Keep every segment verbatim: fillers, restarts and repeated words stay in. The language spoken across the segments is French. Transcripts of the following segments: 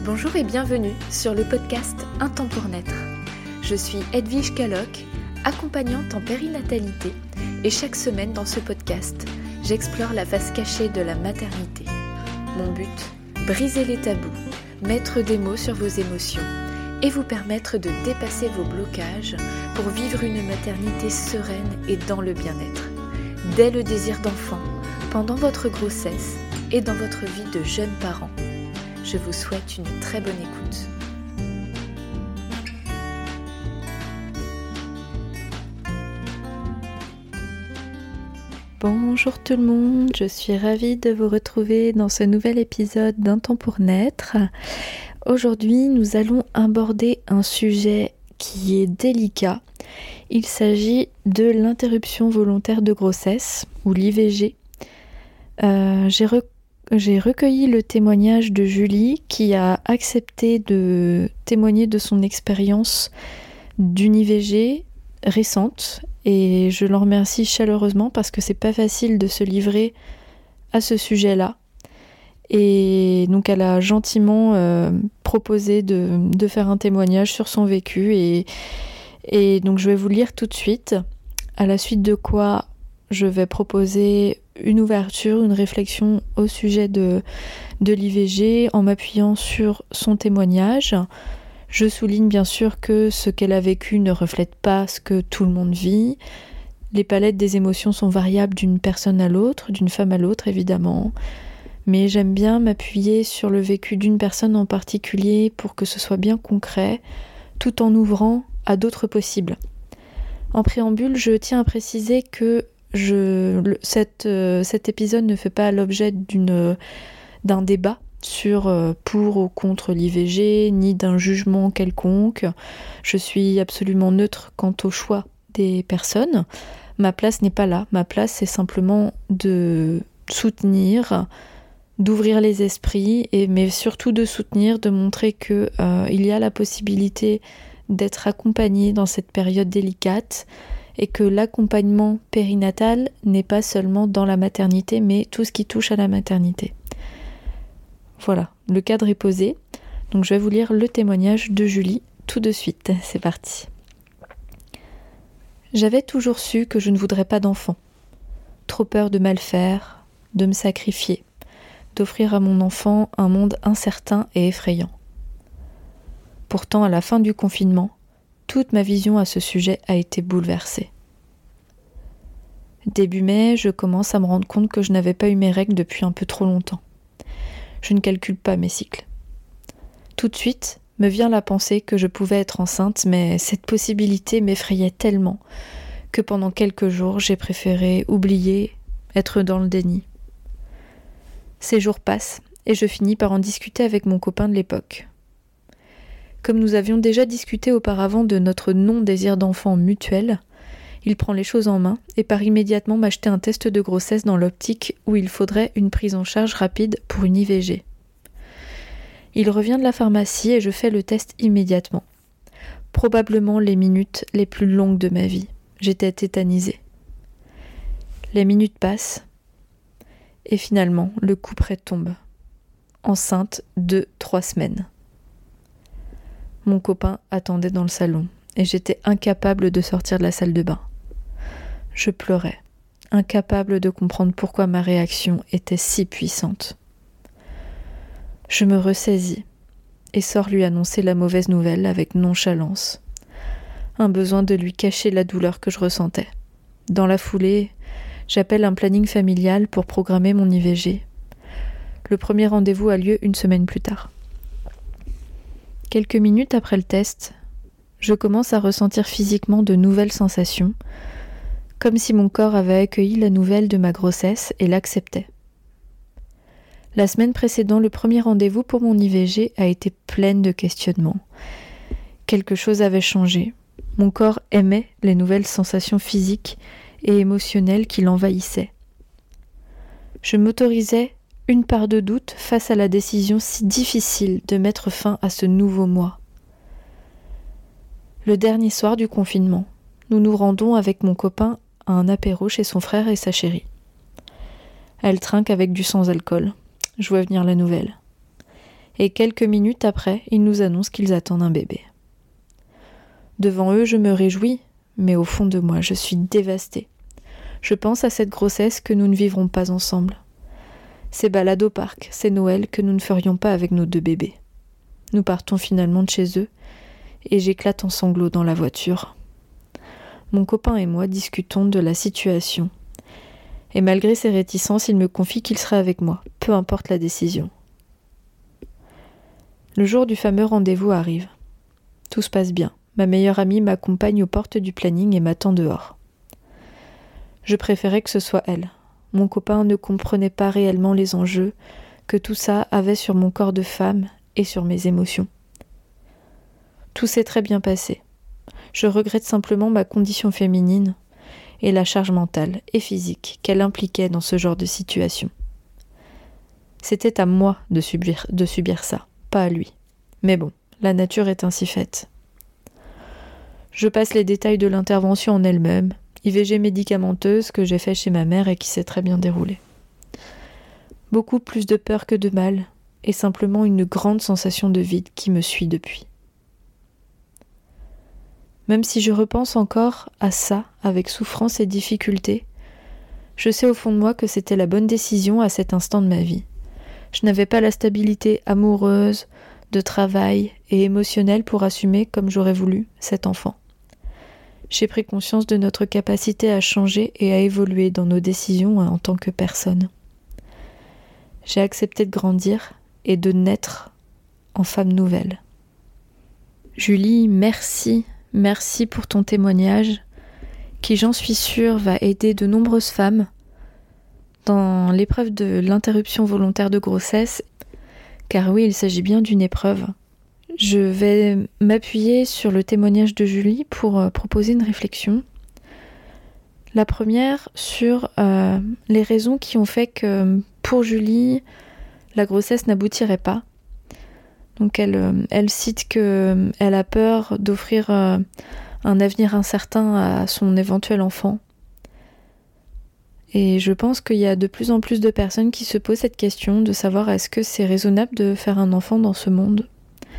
Bonjour et bienvenue sur le podcast Un temps pour naître. Je suis Edwige Caloc, accompagnante en périnatalité et chaque semaine dans ce podcast, j'explore la face cachée de la maternité. Mon but, briser les tabous, mettre des mots sur vos émotions et vous permettre de dépasser vos blocages pour vivre une maternité sereine et dans le bien-être. Dès le désir d'enfant, pendant votre grossesse et dans votre vie de jeune parent. Je vous souhaite une très bonne écoute. Bonjour tout le monde, je suis ravie de vous retrouver dans ce nouvel épisode d'Un temps pour naître. Aujourd'hui, nous allons aborder un sujet qui est délicat. Il s'agit de l'interruption volontaire de grossesse, ou l'I V G. Euh, j'ai re- J'ai recueilli le témoignage de Julie qui a accepté de témoigner de son expérience d'une I V G récente et je l'en remercie chaleureusement parce que c'est pas facile de se livrer à ce sujet-là. Et donc elle a gentiment euh, proposé de, de faire un témoignage sur son vécu et, et donc je vais vous le lire tout de suite, à la suite de quoi je vais proposer une ouverture, une réflexion au sujet de, de l'I V G en m'appuyant sur son témoignage. Je souligne bien sûr que ce qu'elle a vécu ne reflète pas ce que tout le monde vit. Les palettes des émotions sont variables d'une personne à l'autre, d'une femme à l'autre évidemment. Mais j'aime bien m'appuyer sur le vécu d'une personne en particulier pour que ce soit bien concret, tout en ouvrant à d'autres possibles. En préambule, je tiens à préciser que Je, le, cette, euh, cet épisode ne fait pas l'objet d'une, d'un débat sur euh, pour ou contre l'I V G, ni d'un jugement quelconque. Je suis absolument neutre quant au choix des personnes. Ma place n'est pas là. Ma place, c'est simplement de soutenir, d'ouvrir les esprits, et, mais surtout de soutenir, de montrer qu'il euh, y a la possibilité d'être accompagné dans cette période délicate, et que l'accompagnement périnatal n'est pas seulement dans la maternité, mais tout ce qui touche à la maternité. Voilà, le cadre est posé. Donc je vais vous lire le témoignage de Julie tout de suite. C'est parti. J'avais toujours su que je ne voudrais pas d'enfant. Trop peur de mal faire, de me sacrifier, d'offrir à mon enfant un monde incertain et effrayant. Pourtant, à la fin du confinement, toute ma vision à ce sujet a été bouleversée. Début mai, je commence à me rendre compte que je n'avais pas eu mes règles depuis un peu trop longtemps. Je ne calcule pas mes cycles. Tout de suite, me vient la pensée que je pouvais être enceinte, mais cette possibilité m'effrayait tellement que pendant quelques jours, j'ai préféré oublier, être dans le déni. Ces jours passent et je finis par en discuter avec mon copain de l'époque. Comme nous avions déjà discuté auparavant de notre non-désir d'enfant mutuel, il prend les choses en main et part immédiatement m'acheter un test de grossesse dans l'optique où il faudrait une prise en charge rapide pour une I V G. Il revient de la pharmacie et je fais le test immédiatement. Probablement les minutes les plus longues de ma vie. J'étais tétanisée. Les minutes passent et finalement le coup près tombe. Enceinte de trois semaines. Mon copain attendait dans le salon et j'étais incapable de sortir de la salle de bain. Je pleurais, incapable de comprendre pourquoi ma réaction était si puissante. Je me ressaisis et sors lui annoncer la mauvaise nouvelle avec nonchalance. Un besoin de lui cacher la douleur que je ressentais. Dans la foulée, j'appelle un planning familial pour programmer mon I V G. Le premier rendez-vous a lieu une semaine plus tard. Quelques minutes après le test, je commence à ressentir physiquement de nouvelles sensations, comme si mon corps avait accueilli la nouvelle de ma grossesse et l'acceptait. La semaine précédant le premier rendez-vous pour mon I V G a été pleine de questionnements. Quelque chose avait changé. Mon corps aimait les nouvelles sensations physiques et émotionnelles qui l'envahissaient. Je m'autorisais une part de doute face à la décision si difficile de mettre fin à ce nouveau moi. Le dernier soir du confinement, nous nous rendons avec mon copain à un apéro chez son frère et sa chérie. Elle trinque avec du sans-alcool. Je vois venir la nouvelle. Et quelques minutes après, ils nous annoncent qu'ils attendent un bébé. Devant eux, je me réjouis, mais au fond de moi, je suis dévastée. Je pense à cette grossesse que nous ne vivrons pas ensemble. Ces balades au parc, ces Noëls que nous ne ferions pas avec nos deux bébés. Nous partons finalement de chez eux, et j'éclate en sanglots dans la voiture. Mon copain et moi discutons de la situation. Et malgré ses réticences, il me confie qu'il serait avec moi, peu importe la décision. Le jour du fameux rendez-vous arrive. Tout se passe bien. Ma meilleure amie m'accompagne aux portes du planning et m'attend dehors. Je préférais que ce soit elle. Mon copain ne comprenait pas réellement les enjeux que tout ça avait sur mon corps de femme et sur mes émotions. Tout s'est très bien passé. Je regrette simplement ma condition féminine et la charge mentale et physique qu'elle impliquait dans ce genre de situation. C'était à moi de subir, de subir ça, pas à lui. Mais bon, la nature est ainsi faite. Je passe les détails de l'intervention en elle-même, I V G médicamenteuse que j'ai fait chez ma mère et qui s'est très bien déroulée. Beaucoup plus de peur que de mal, et simplement une grande sensation de vide qui me suit depuis. Même si je repense encore à ça avec souffrance et difficulté, je sais au fond de moi que c'était la bonne décision à cet instant de ma vie. Je n'avais pas la stabilité amoureuse, de travail et émotionnelle pour assumer, comme j'aurais voulu, cet enfant. J'ai pris conscience de notre capacité à changer et à évoluer dans nos décisions en tant que personne. J'ai accepté de grandir et de naître en femme nouvelle. Julie, merci, merci pour ton témoignage, qui, j'en suis sûre, va aider de nombreuses femmes dans l'épreuve de l'interruption volontaire de grossesse, car oui, il s'agit bien d'une épreuve. Je vais m'appuyer sur le témoignage de Julie pour euh, proposer une réflexion. La première sur euh, les raisons qui ont fait que pour Julie, la grossesse n'aboutirait pas. Donc elle, euh, elle cite qu'elle euh, a peur d'offrir euh, un avenir incertain à son éventuel enfant. Et je pense qu'il y a de plus en plus de personnes qui se posent cette question de savoir est-ce que c'est raisonnable de faire un enfant dans ce monde.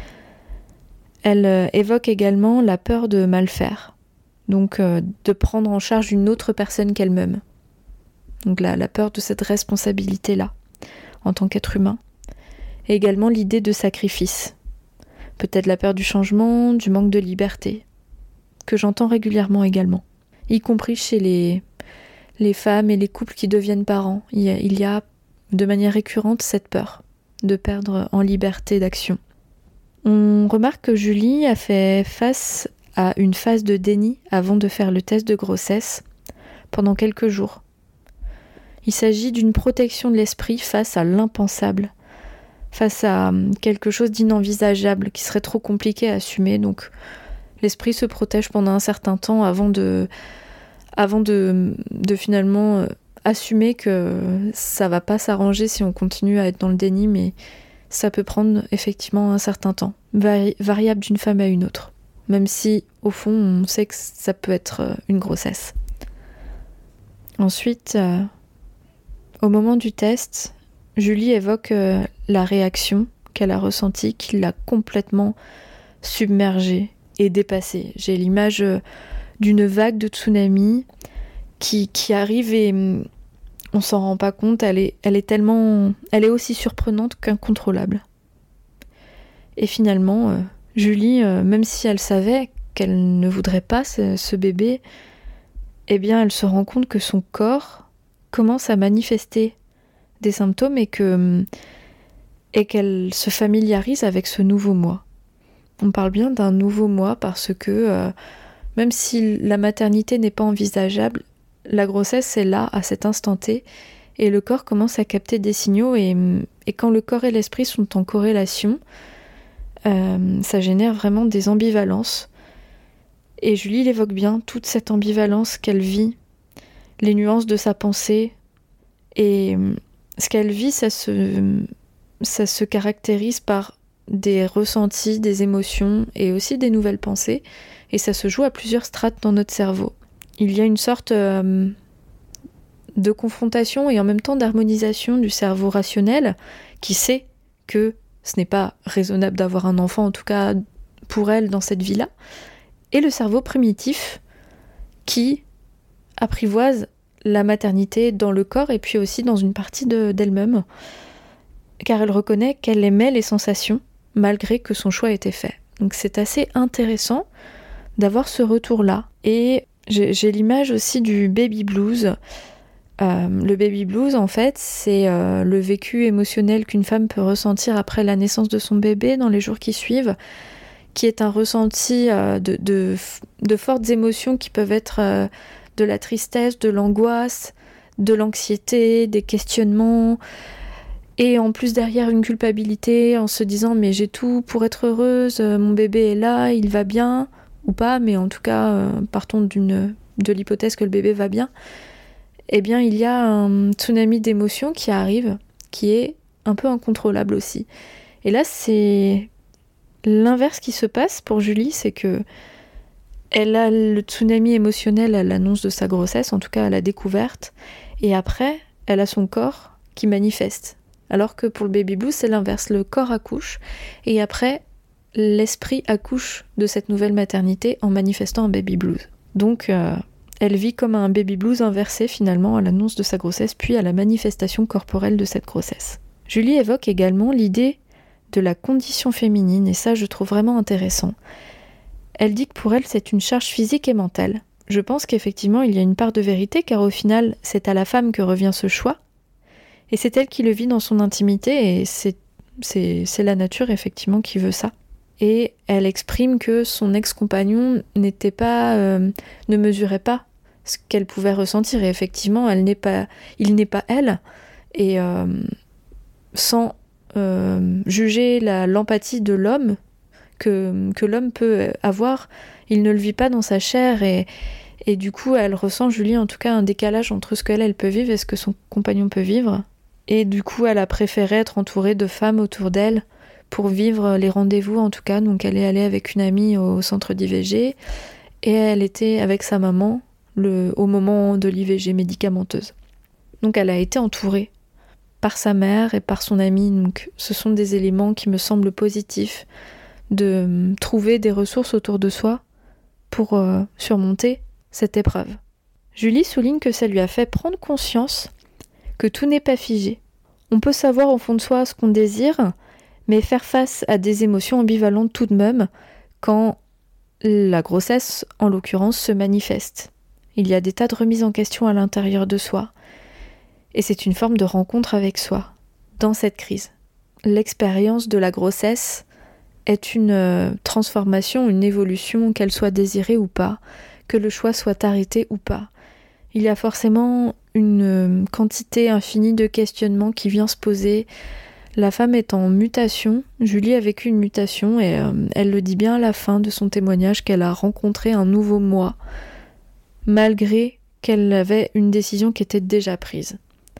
Elle euh, évoque également la peur de mal faire, donc euh, de prendre en charge une autre personne qu'elle-même. Donc la, la peur de cette responsabilité-là, en tant qu'être humain. Et également l'idée de sacrifice. Peut-être la peur du changement, du manque de liberté, que j'entends régulièrement également, y compris chez les, les femmes et les couples qui deviennent parents. Il y a, il y a de manière récurrente cette peur de perdre en liberté d'action. On remarque que Julie a fait face à une phase de déni avant de faire le test de grossesse pendant quelques jours. Il s'agit d'une protection de l'esprit face à l'impensable, face à quelque chose d'inenvisageable qui serait trop compliqué à assumer. Donc l'esprit se protège pendant un certain temps avant de, avant de, de finalement assumer que ça va pas s'arranger si on continue à être dans le déni, mais ça peut prendre effectivement un certain temps, vari- variable d'une femme à une autre, même si au fond on sait que ça peut être une grossesse. Ensuite, euh, au moment du test, Julie évoque euh, la réaction qu'elle a ressentie, qui l'a complètement submergée et dépassée. J'ai l'image euh, d'une vague de tsunami qui, qui arrive et hum, on s'en rend pas compte, elle est, elle est tellement, elle est aussi surprenante qu'incontrôlable. Et finalement, euh, Julie, euh, même si elle savait qu'elle ne voudrait pas ce, ce bébé, eh bien, elle se rend compte que son corps commence à manifester des symptômes et que, et qu'elle se familiarise avec ce nouveau moi. On parle bien d'un nouveau moi parce que euh, même si la maternité n'est pas envisageable, la grossesse est là à cet instant T et le corps commence à capter des signaux et, et quand le corps et l'esprit sont en corrélation, euh, ça génère vraiment des ambivalences. Et Julie l'évoque bien, toute cette ambivalence qu'elle vit, les nuances de sa pensée. Et ce qu'elle vit, ça se, ça se caractérise par des ressentis, des émotions et aussi des nouvelles pensées. Et ça se joue à plusieurs strates dans notre cerveau. Il y a une sorte euh, de confrontation et en même temps d'harmonisation du cerveau rationnel qui sait que ce n'est pas raisonnable d'avoir un enfant, en tout cas pour elle dans cette vie-là, et le cerveau primitif qui apprivoise la maternité dans le corps et puis aussi dans une partie de, d'elle-même, car elle reconnaît qu'elle aimait les sensations malgré que son choix était fait. Donc c'est assez intéressant d'avoir ce retour-là. Et j'ai, j'ai l'image aussi du baby blues. Euh, le baby blues, en fait, c'est euh, le vécu émotionnel qu'une femme peut ressentir après la naissance de son bébé dans les jours qui suivent, qui est un ressenti euh, de, de, de fortes émotions qui peuvent être euh, de la tristesse, de l'angoisse, de l'anxiété, des questionnements, et en plus derrière une culpabilité en se disant mais j'ai tout pour être heureuse, mon bébé est là, il va bien, ou pas, mais en tout cas euh, partons d'une, de l'hypothèse que le bébé va bien, eh bien il y a un tsunami d'émotions qui arrive, qui est un peu incontrôlable aussi. Et là c'est l'inverse qui se passe pour Julie, c'est que elle a le tsunami émotionnel à l'annonce de sa grossesse, en tout cas à la découverte, et après elle a son corps qui manifeste. Alors que pour le baby blues c'est l'inverse, le corps accouche, et après l'esprit accouche de cette nouvelle maternité en manifestant un baby blues. Donc euh, elle vit comme un baby blues inversé finalement à l'annonce de sa grossesse, puis à la manifestation corporelle de cette grossesse. Julie évoque également l'idée de la condition féminine, et ça je trouve vraiment intéressant. Elle dit que pour elle c'est une charge physique et mentale. Je pense qu'effectivement il y a une part de vérité, car au final c'est à la femme que revient ce choix, et c'est elle qui le vit dans son intimité, et c'est, c'est, c'est la nature effectivement qui veut ça. Et elle exprime que son ex-compagnon n'était pas, euh, ne mesurait pas ce qu'elle pouvait ressentir, et effectivement elle n'est pas, il n'est pas elle, et euh, sans euh, juger la, l'empathie de l'homme que, que l'homme peut avoir, il ne le vit pas dans sa chair, et, et du coup elle ressent, Julie en tout cas, un décalage entre ce qu'elle elle peut vivre et ce que son compagnon peut vivre, et du coup elle a préféré être entourée de femmes autour d'elle pour vivre les rendez-vous en tout cas. Donc elle est allée avec une amie au centre d'I V G, et elle était avec sa maman le, au moment de l'I V G médicamenteuse. Donc elle a été entourée par sa mère et par son amie, donc ce sont des éléments qui me semblent positifs, de trouver des ressources autour de soi pour euh, surmonter cette épreuve. Julie souligne que ça lui a fait prendre conscience que tout n'est pas figé. On peut savoir au fond de soi ce qu'on désire, mais faire face à des émotions ambivalentes tout de même quand la grossesse, en l'occurrence, se manifeste. Il y a des tas de remises en question à l'intérieur de soi, et c'est une forme de rencontre avec soi, dans cette crise. L'expérience de la grossesse est une euh, transformation, une évolution, qu'elle soit désirée ou pas, que le choix soit arrêté ou pas. Il y a forcément une euh, quantité infinie de questionnements qui vient se poser. La femme est en mutation, Julie a vécu une mutation, et euh, elle le dit bien à la fin de son témoignage qu'elle a rencontré un nouveau moi, malgré qu'elle avait une décision qui était déjà prise.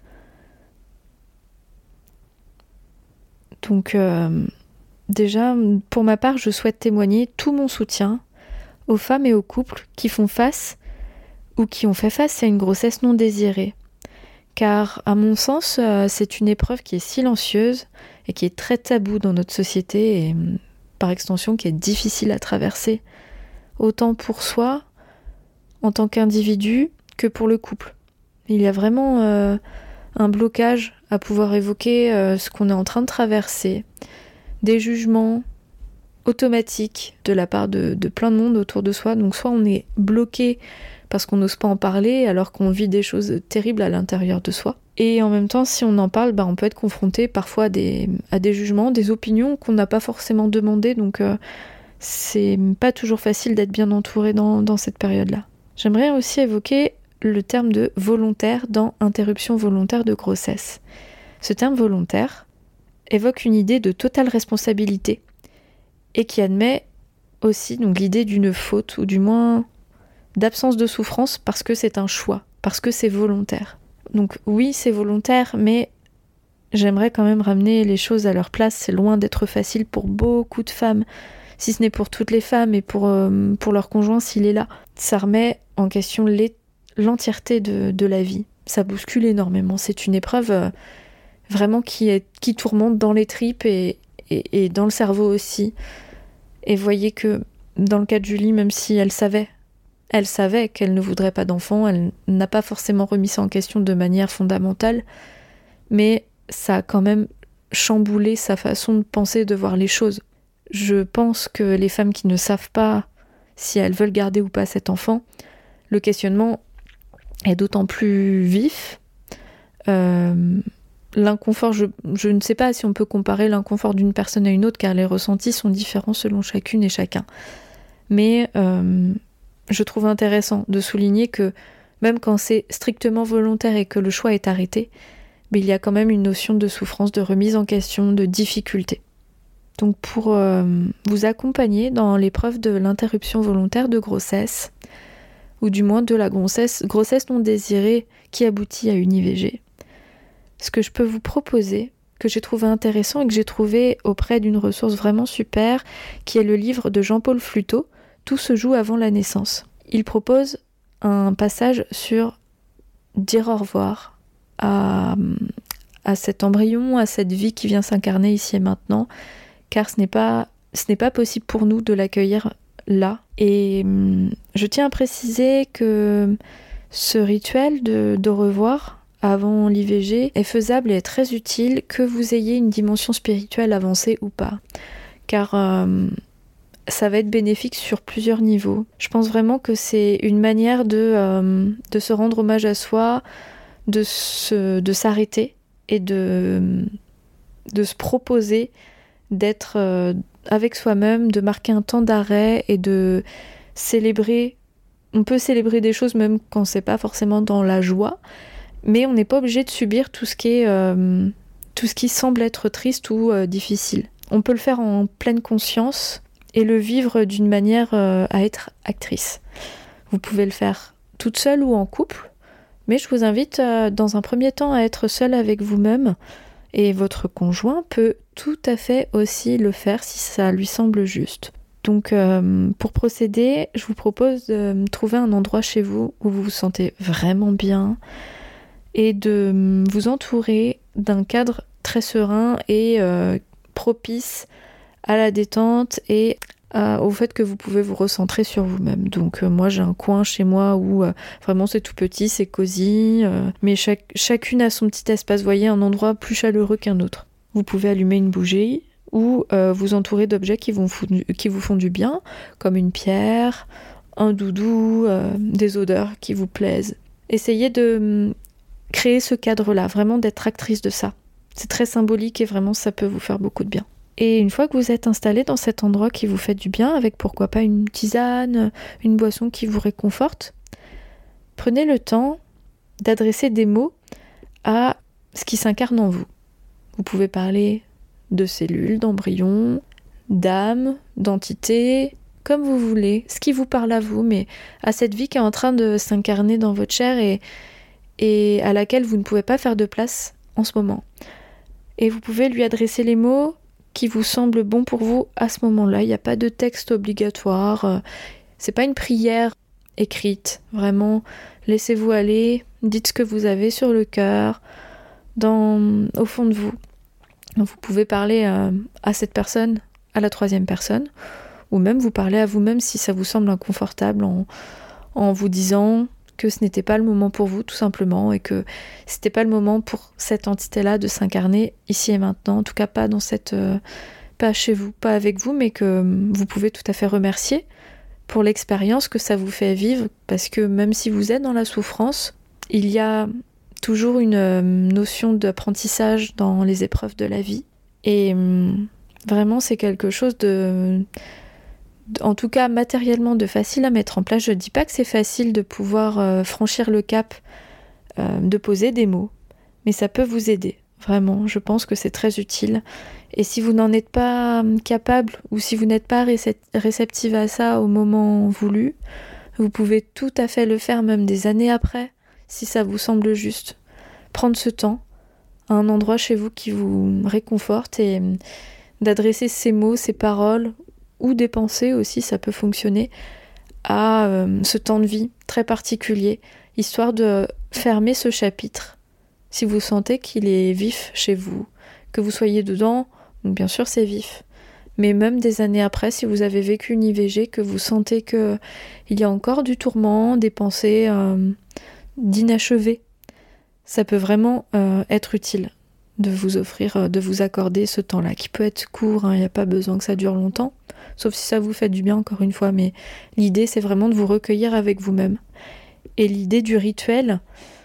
Donc euh, déjà, pour ma part, je souhaite témoigner tout mon soutien aux femmes et aux couples qui font face ou qui ont fait face à une grossesse non désirée. Car, à mon sens, euh, c'est une épreuve qui est silencieuse et qui est très taboue dans notre société, et par extension qui est difficile à traverser, autant pour soi, en tant qu'individu, que pour le couple. Il y a vraiment euh, un blocage à pouvoir évoquer euh, ce qu'on est en train de traverser, des jugements automatiques de la part de, de plein de monde autour de soi. Donc soit on est bloqué parce qu'on n'ose pas en parler alors qu'on vit des choses terribles à l'intérieur de soi. Et en même temps, si on en parle, bah, on peut être confronté parfois à des, à des jugements, des opinions qu'on n'a pas forcément demandées. Donc euh, c'est pas toujours facile d'être bien entouré dans, dans cette période-là. J'aimerais aussi évoquer le terme de volontaire dans interruption volontaire de grossesse. Ce terme volontaire évoque une idée de totale responsabilité et qui admet aussi donc l'idée d'une faute, ou du moins d'absence de souffrance, parce que c'est un choix, parce que c'est volontaire. Donc oui, c'est volontaire, mais j'aimerais quand même ramener les choses à leur place. C'est loin d'être facile pour beaucoup de femmes, si ce n'est pour toutes les femmes, et pour, euh, pour leur conjoint s'il est là. Ça remet en question les, l'entièreté de, de la vie. Ça bouscule énormément. C'est une épreuve euh, vraiment qui, est, qui tourmente dans les tripes, et, et, et dans le cerveau aussi. Et voyez que dans le cas de Julie, même si elle savait, elle savait qu'elle ne voudrait pas d'enfant, elle n'a pas forcément remis ça en question de manière fondamentale, mais ça a quand même chamboulé sa façon de penser, de voir les choses. Je pense que les femmes qui ne savent pas si elles veulent garder ou pas cet enfant, le questionnement est d'autant plus vif. Euh, l'inconfort, je, je ne sais pas si on peut comparer l'inconfort d'une personne à une autre, car les ressentis sont différents selon chacune et chacun. Mais euh, je trouve intéressant de souligner que même quand c'est strictement volontaire et que le choix est arrêté, mais il y a quand même une notion de souffrance, de remise en question, de difficulté. Donc pour euh, vous accompagner dans l'épreuve de l'interruption volontaire de grossesse, ou du moins de la grossesse, grossesse non désirée qui aboutit à une I V G, ce que je peux vous proposer, que j'ai trouvé intéressant et que j'ai trouvé auprès d'une ressource vraiment super, qui est le livre de Jean-Paul Fluteau, « Tout se joue avant la naissance ». Il propose un passage sur dire au revoir à, à cet embryon, à cette vie qui vient s'incarner ici et maintenant, car ce n'est pas, ce n'est pas possible pour nous de l'accueillir là. Et hum, je tiens à préciser que ce rituel de, de revoir avant l'I V G est faisable et est très utile, que vous ayez une dimension spirituelle avancée ou pas. Car hum, ça va être bénéfique sur plusieurs niveaux. Je pense vraiment que c'est une manière de, hum, de se rendre hommage à soi, de, se, de s'arrêter et de, de se proposer d'être euh, avec soi-même, de marquer un temps d'arrêt et de célébrer. On peut célébrer des choses même quand c'est pas forcément dans la joie, mais on n'est pas obligé de subir tout ce qui est, euh, tout ce qui semble être triste ou euh, difficile. On peut le faire en pleine conscience et le vivre d'une manière euh, à être actrice. Vous pouvez le faire toute seule ou en couple, mais je vous invite euh, dans un premier temps à être seule avec vous-même. Et votre conjoint peut tout à fait aussi le faire si ça lui semble juste. Donc euh, pour procéder, je vous propose de trouver un endroit chez vous où vous vous sentez vraiment bien et de vous entourer d'un cadre très serein et euh, propice à la détente et à, au fait que vous pouvez vous recentrer sur vous-même. Donc euh, moi j'ai un coin chez moi où euh, vraiment c'est tout petit, c'est cosy, euh, mais chaque, chacune a son petit espace, vous voyez, un endroit plus chaleureux qu'un autre. Vous pouvez allumer une bougie ou euh, vous entourer d'objets qui, vont fou- qui vous font du bien, comme une pierre, un doudou, euh, des odeurs qui vous plaisent. Essayez de créer ce cadre-là, vraiment d'être actrice de ça. C'est très symbolique et vraiment ça peut vous faire beaucoup de bien. Et une fois que vous êtes installé dans cet endroit qui vous fait du bien, avec pourquoi pas une tisane, une boisson qui vous réconforte, prenez le temps d'adresser des mots à ce qui s'incarne en vous. Vous pouvez parler de cellules, d'embryons, d'âme, d'entité, comme vous voulez, ce qui vous parle à vous, mais à cette vie qui est en train de s'incarner dans votre chair et, et à laquelle vous ne pouvez pas faire de place en ce moment. Et vous pouvez lui adresser les mots qui vous semblent bons pour vous à ce moment-là. Il n'y a pas de texte obligatoire, c'est pas une prière écrite, vraiment, laissez-vous aller, dites ce que vous avez sur le cœur, dans, au fond de vous. Vous pouvez parler à, à cette personne, à la troisième personne, ou même vous parler à vous-même si ça vous semble inconfortable en, en vous disant que ce n'était pas le moment pour vous tout simplement et que c'était pas le moment pour cette entité-là de s'incarner ici et maintenant, en tout cas pas dans cette, euh, pas chez vous, pas avec vous, mais que vous pouvez tout à fait remercier pour l'expérience que ça vous fait vivre, parce que même si vous êtes dans la souffrance, il y a toujours une euh, notion d'apprentissage dans les épreuves de la vie et euh, vraiment c'est quelque chose de en tout cas matériellement de facile à mettre en place. Je ne dis pas que c'est facile de pouvoir euh, franchir le cap, euh, de poser des mots, mais ça peut vous aider, vraiment, je pense que c'est très utile. Et si vous n'en êtes pas capable, ou si vous n'êtes pas réceptive à ça au moment voulu, vous pouvez tout à fait le faire même des années après, si ça vous semble juste. Prendre ce temps, à un endroit chez vous qui vous réconforte, et d'adresser ces mots, ces paroles, ou des pensées aussi, ça peut fonctionner, à euh, ce temps de vie très particulier, histoire de fermer ce chapitre, si vous sentez qu'il est vif chez vous, que vous soyez dedans, Donc bien sûr c'est vif. Mais même des années après, si vous avez vécu une I V G, que vous sentez qu'il y a encore du tourment, des pensées euh, d'inachevé, ça peut vraiment euh, être utile de vous offrir, euh, de vous accorder ce temps-là, qui peut être court, il hein, n'y a pas besoin que ça dure longtemps, sauf si ça vous fait du bien encore une fois, mais l'idée c'est vraiment de vous recueillir avec vous-même. Et l'idée du rituel,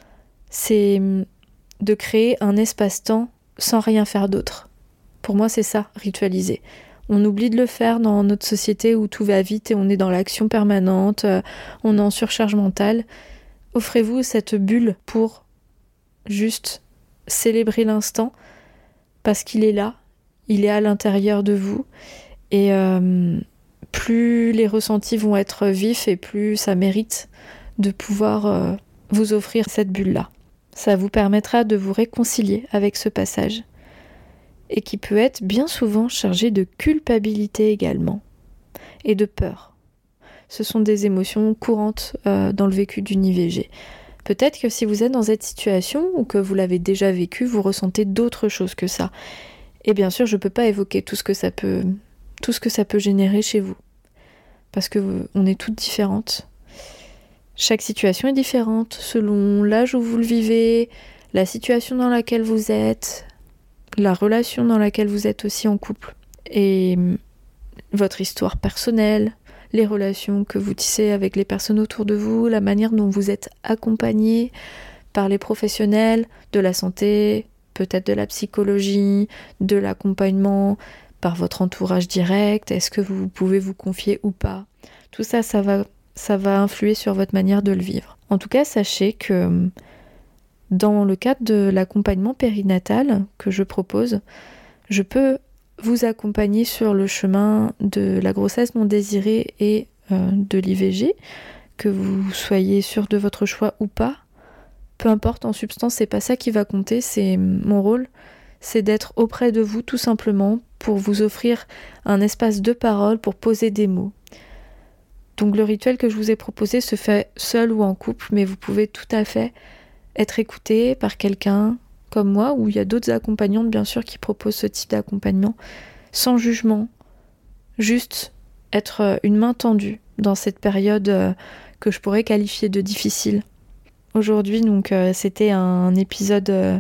c'est de créer un espace-temps sans rien faire d'autre. Pour moi c'est ça, ritualiser. On oublie de le faire dans notre société où tout va vite et on est dans l'action permanente, euh, on est en surcharge mentale. Offrez-vous cette bulle pour juste célébrer l'instant parce qu'il est là, il est à l'intérieur de vous et euh, plus les ressentis vont être vifs et plus ça mérite de pouvoir euh, vous offrir cette bulle-là. Ça vous permettra de vous réconcilier avec ce passage. Et qui peut être bien souvent chargé de culpabilité également, et de peur. Ce sont des émotions courantes euh, dans le vécu d'une I V G. Peut-être que si vous êtes dans cette situation, ou que vous l'avez déjà vécu, vous ressentez d'autres choses que ça. Et bien sûr, je ne peux pas évoquer tout ce que ça peut, tout ce que ça peut générer chez vous, parce que on est toutes différentes. Chaque situation est différente, selon l'âge où vous le vivez, la situation dans laquelle vous êtes, la relation dans laquelle vous êtes aussi en couple et votre histoire personnelle, les relations que vous tissez avec les personnes autour de vous, la manière dont vous êtes accompagné par les professionnels de la santé, peut-être de la psychologie, de l'accompagnement, par votre entourage direct, est-ce que vous pouvez vous confier ou pas. Tout ça, ça va, ça va influer sur votre manière de le vivre. En tout cas, sachez que dans le cadre de l'accompagnement périnatal que je propose, je peux vous accompagner sur le chemin de la grossesse non désirée et euh, de l'I V G, que vous soyez sûr de votre choix ou pas. Peu importe, en substance, c'est pas ça qui va compter, c'est mon rôle, c'est d'être auprès de vous tout simplement pour vous offrir un espace de parole, pour poser des mots. Donc le rituel que je vous ai proposé se fait seul ou en couple, mais vous pouvez tout à fait être écouté par quelqu'un comme moi, ou il y a d'autres accompagnantes bien sûr qui proposent ce type d'accompagnement, sans jugement, juste être une main tendue dans cette période que je pourrais qualifier de difficile. Aujourd'hui donc c'était un épisode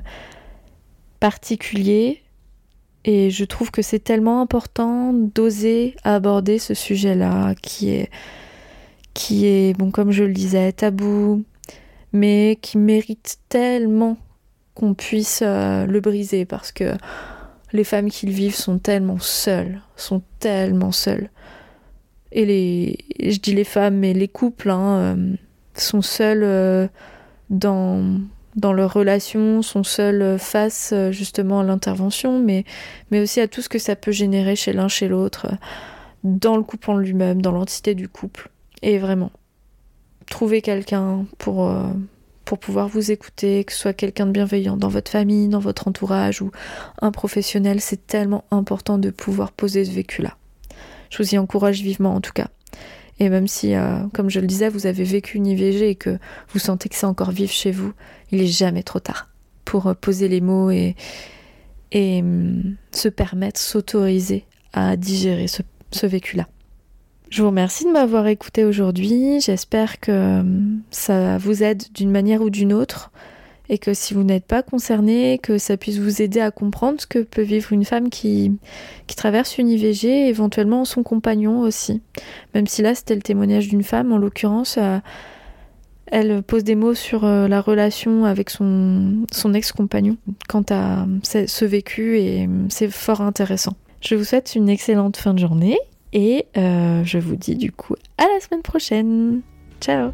particulier et je trouve que c'est tellement important d'oser aborder ce sujet-là qui est, qui est bon, comme je le disais, tabou, mais qui mérite tellement qu'on puisse euh, le briser, parce que les femmes qui le vivent sont tellement seules, sont tellement seules. Et les, je dis les femmes, mais les couples hein, euh, sont seuls euh, dans, dans leurs relations, sont seuls face euh, justement à l'intervention, mais, mais aussi à tout ce que ça peut générer chez l'un, chez l'autre, euh, dans le couple en lui-même, dans l'entité du couple. Et vraiment, trouver quelqu'un pour, euh, pour pouvoir vous écouter, que ce soit quelqu'un de bienveillant dans votre famille, dans votre entourage ou un professionnel, c'est tellement important de pouvoir poser ce vécu-là. Je vous y encourage vivement en tout cas. Et même si, euh, comme je le disais, vous avez vécu une I V G et que vous sentez que c'est encore vif chez vous, il n'est jamais trop tard pour euh, poser les mots et, et hum, se permettre, s'autoriser à digérer ce, ce vécu-là. Je vous remercie de m'avoir écouté aujourd'hui. J'espère que ça vous aide d'une manière ou d'une autre et que si vous n'êtes pas concerné, que ça puisse vous aider à comprendre ce que peut vivre une femme qui, qui traverse une I V G, éventuellement son compagnon aussi. Même si là, c'était le témoignage d'une femme, en l'occurrence, euh, elle pose des mots sur euh, la relation avec son, son ex-compagnon quant à ce vécu et c'est fort intéressant. Je vous souhaite une excellente fin de journée. Et euh, je vous dis du coup à la semaine prochaine. Ciao!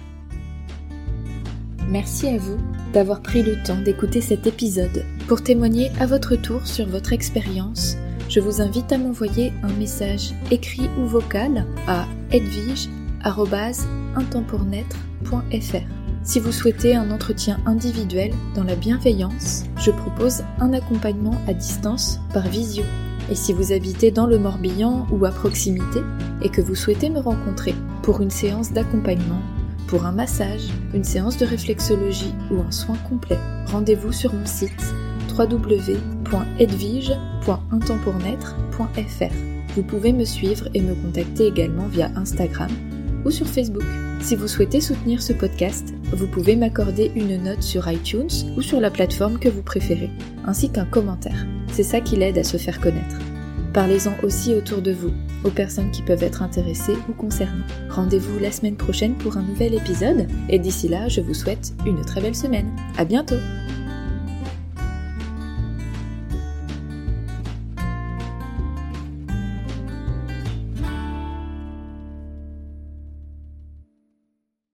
Merci à vous d'avoir pris le temps d'écouter cet épisode. Pour témoigner à votre tour sur votre expérience, je vous invite à m'envoyer un message écrit ou vocal à edwige arobase un temps pour naître point f r. Si vous souhaitez un entretien individuel dans la bienveillance, je propose un accompagnement à distance par visio. Et si vous habitez dans le Morbihan ou à proximité et que vous souhaitez me rencontrer pour une séance d'accompagnement, pour un massage, une séance de réflexologie ou un soin complet, rendez-vous sur mon site w w w point edwige point un temps pour naître point f r. Vous pouvez me suivre et me contacter également via Instagram ou sur Facebook. Si vous souhaitez soutenir ce podcast, vous pouvez m'accorder une note sur iTunes ou sur la plateforme que vous préférez, ainsi qu'un commentaire. C'est ça qui l'aide à se faire connaître. Parlez-en aussi autour de vous, aux personnes qui peuvent être intéressées ou concernées. Rendez-vous la semaine prochaine pour un nouvel épisode, et d'ici là, je vous souhaite une très belle semaine. À bientôt!